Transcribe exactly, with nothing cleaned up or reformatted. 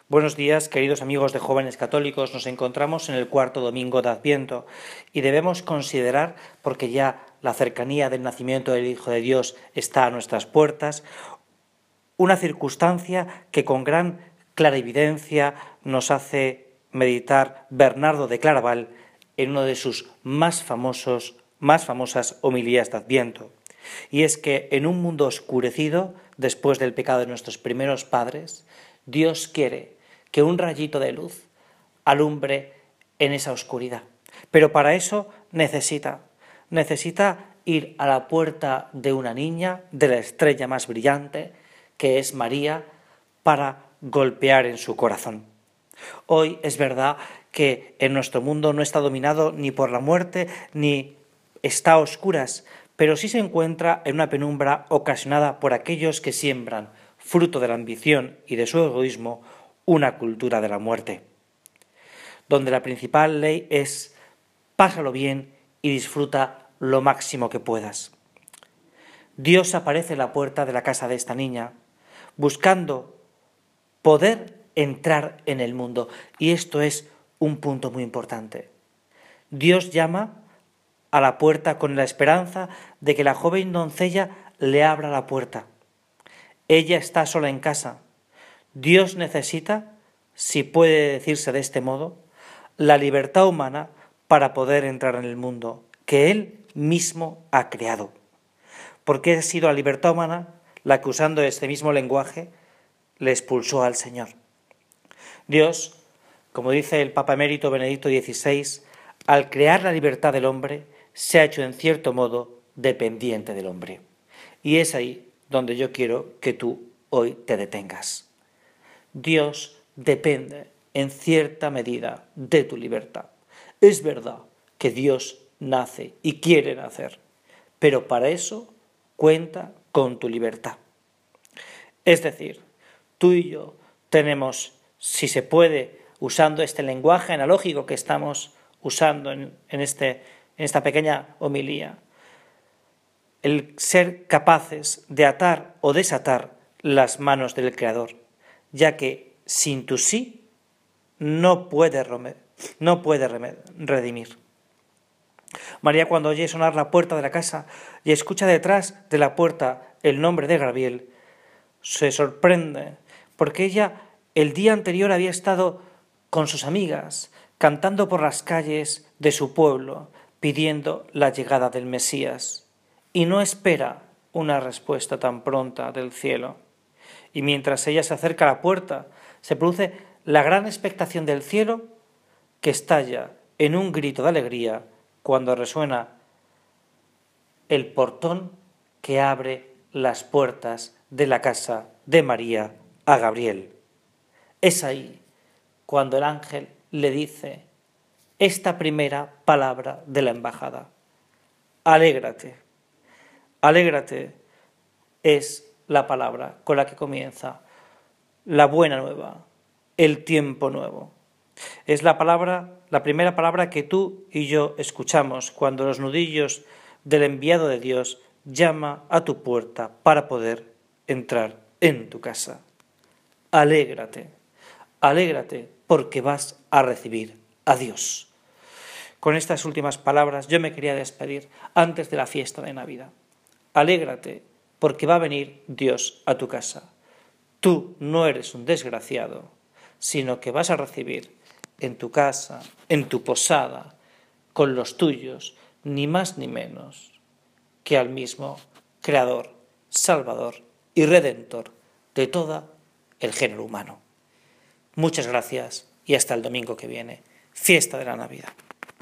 Buenos días, queridos amigos de Jóvenes Católicos. Nos encontramos en el cuarto domingo de Adviento y debemos considerar, porque ya la cercanía del nacimiento del Hijo de Dios está a nuestras puertas, una circunstancia que con gran clarividencia nos hace meditar Bernardo de Claraval en uno de sus más famosos, más famosas homilías de Adviento. Y es que en un mundo oscurecido, después del pecado de nuestros primeros padres, Dios quiere que un rayito de luz alumbre en esa oscuridad. Pero para eso necesita, necesita ir a la puerta de una niña, de la estrella más brillante, que es María, para golpear en su corazón. Hoy es verdad que en nuestro mundo no está dominado ni por la muerte, ni está a oscuras, pero sí se encuentra en una penumbra ocasionada por aquellos que siembran, fruto de la ambición y de su egoísmo, una cultura de la muerte, donde la principal ley es pásalo bien y disfruta lo máximo que puedas. Dios aparece en la puerta de la casa de esta niña, buscando poder entrar en el mundo, y esto es un punto muy importante. Dios llama a la puerta con la esperanza de que la joven doncella le abra la puerta. Ella está sola en casa. Dios necesita, si puede decirse de este modo, la libertad humana para poder entrar en el mundo que Él mismo ha creado. Porque ha sido la libertad humana la que, usando este mismo lenguaje, le expulsó al Señor. Dios, como dice el Papa Emérito Benedicto dieciséis, al crear la libertad del hombre, se ha hecho en cierto modo dependiente del hombre. Y es ahí donde yo quiero que tú hoy te detengas. Dios depende en cierta medida de tu libertad. Es verdad que Dios nace y quiere nacer, pero para eso cuenta con tu libertad. Es decir, tú y yo tenemos, si se puede, usando este lenguaje analógico que estamos usando en, en, este, en esta pequeña homilía, el ser capaces de atar o desatar las manos del Creador, ya que sin tu sí no puede, no puede redimir. María, cuando oye sonar la puerta de la casa y escucha detrás de la puerta el nombre de Gabriel, se sorprende, porque ella el día anterior había estado con sus amigas, cantando por las calles de su pueblo, pidiendo la llegada del Mesías, y no espera una respuesta tan pronta del cielo. Y mientras ella se acerca a la puerta, se produce la gran expectación del cielo, que estalla en un grito de alegría cuando resuena el portón que abre las puertas de la casa de María a Gabriel. Es ahí cuando el ángel le dice esta primera palabra de la embajada: alégrate. Alégrate es la palabra con la que comienza la buena nueva, el tiempo nuevo. Es la palabra, la primera palabra que tú y yo escuchamos cuando los nudillos del enviado de Dios llama a tu puerta para poder entrar en tu casa. Alégrate, alégrate porque vas a recibir a Dios. Con estas últimas palabras yo me quería despedir antes de la fiesta de Navidad. Alégrate porque va a venir Dios a tu casa. Tú no eres un desgraciado, sino que vas a recibir en tu casa, en tu posada, con los tuyos, ni más ni menos que al mismo Creador, Salvador y Redentor de todo el género humano. Muchas gracias y hasta el domingo que viene, fiesta de la Navidad.